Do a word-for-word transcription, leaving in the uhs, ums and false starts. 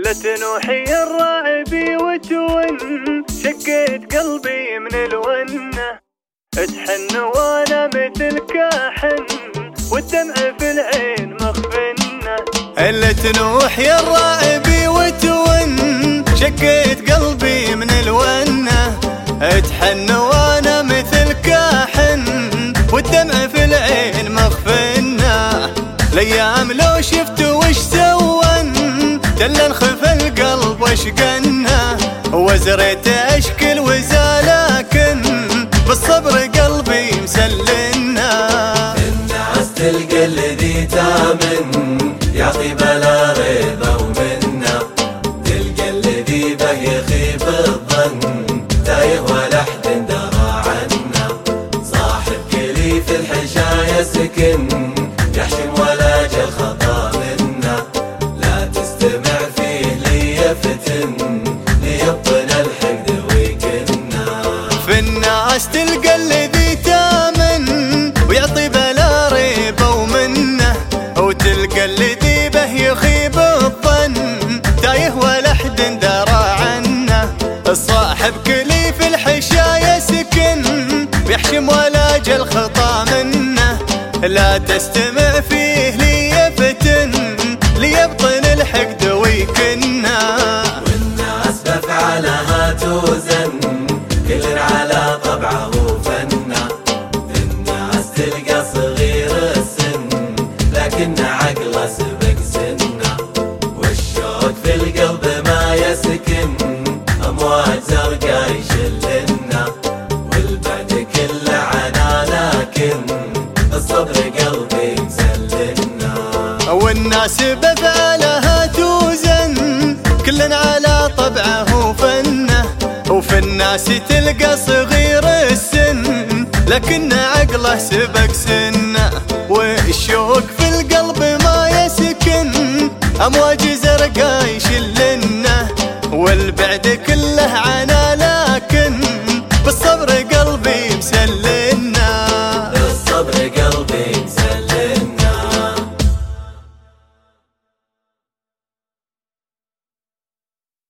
لا تنوحي الراعبي وتون، شقيت قلبي من الونه، تحن وانا مثل كاحن والدمع في العين مخفنه. لا تنوح يا الراعبي وتون، شقيت قلبي من الونه، تحن وانا مثل كاحن والدمع في العين مخفنه. الايام لو شفت وش سون، دل خف القلب واشقنه، وزريت اشكل وزالاكن بالصبر قلبي مسلنا. الناس تلقى الذي تامن يعطي بلا ريبه ومنه، تلقى الذي به يخيب الظن تايه ولا حد درى عنه. صاحب كلي في الحشايا سكن يحشم ولا جل خطا منه، لا تستمع فيه ليفتن ليبطن الحقد ويكنه. في الناس تلقى الذي تامن ويعطي بلا ريبه ومنه، وتلقى الذي به يخيب الظن تايه ولا حد درى عنه. الصاحب كلي في الحشايا سكن بيحشم ولا جل خطا منه، لا تستمع فيه ليفتن ليبطن الحقد ويكنه. والناس بافعالها توزن كل على طبعه وفنه، الناس تلقى صغير السن لكن عقله سبق سنه، والشوق في القلب ما يسكن امواج زرقاء يشلنا، والبعد كله عنا لكن الصبر قلبي مسلنا. والناس بفعلها توزن كل على طبعه وفنه، وفي الناس تلقى صغير السن لكن عقله سبق سنه، والشوق في القلب ما يسكن امواج زرقاء يشلنا.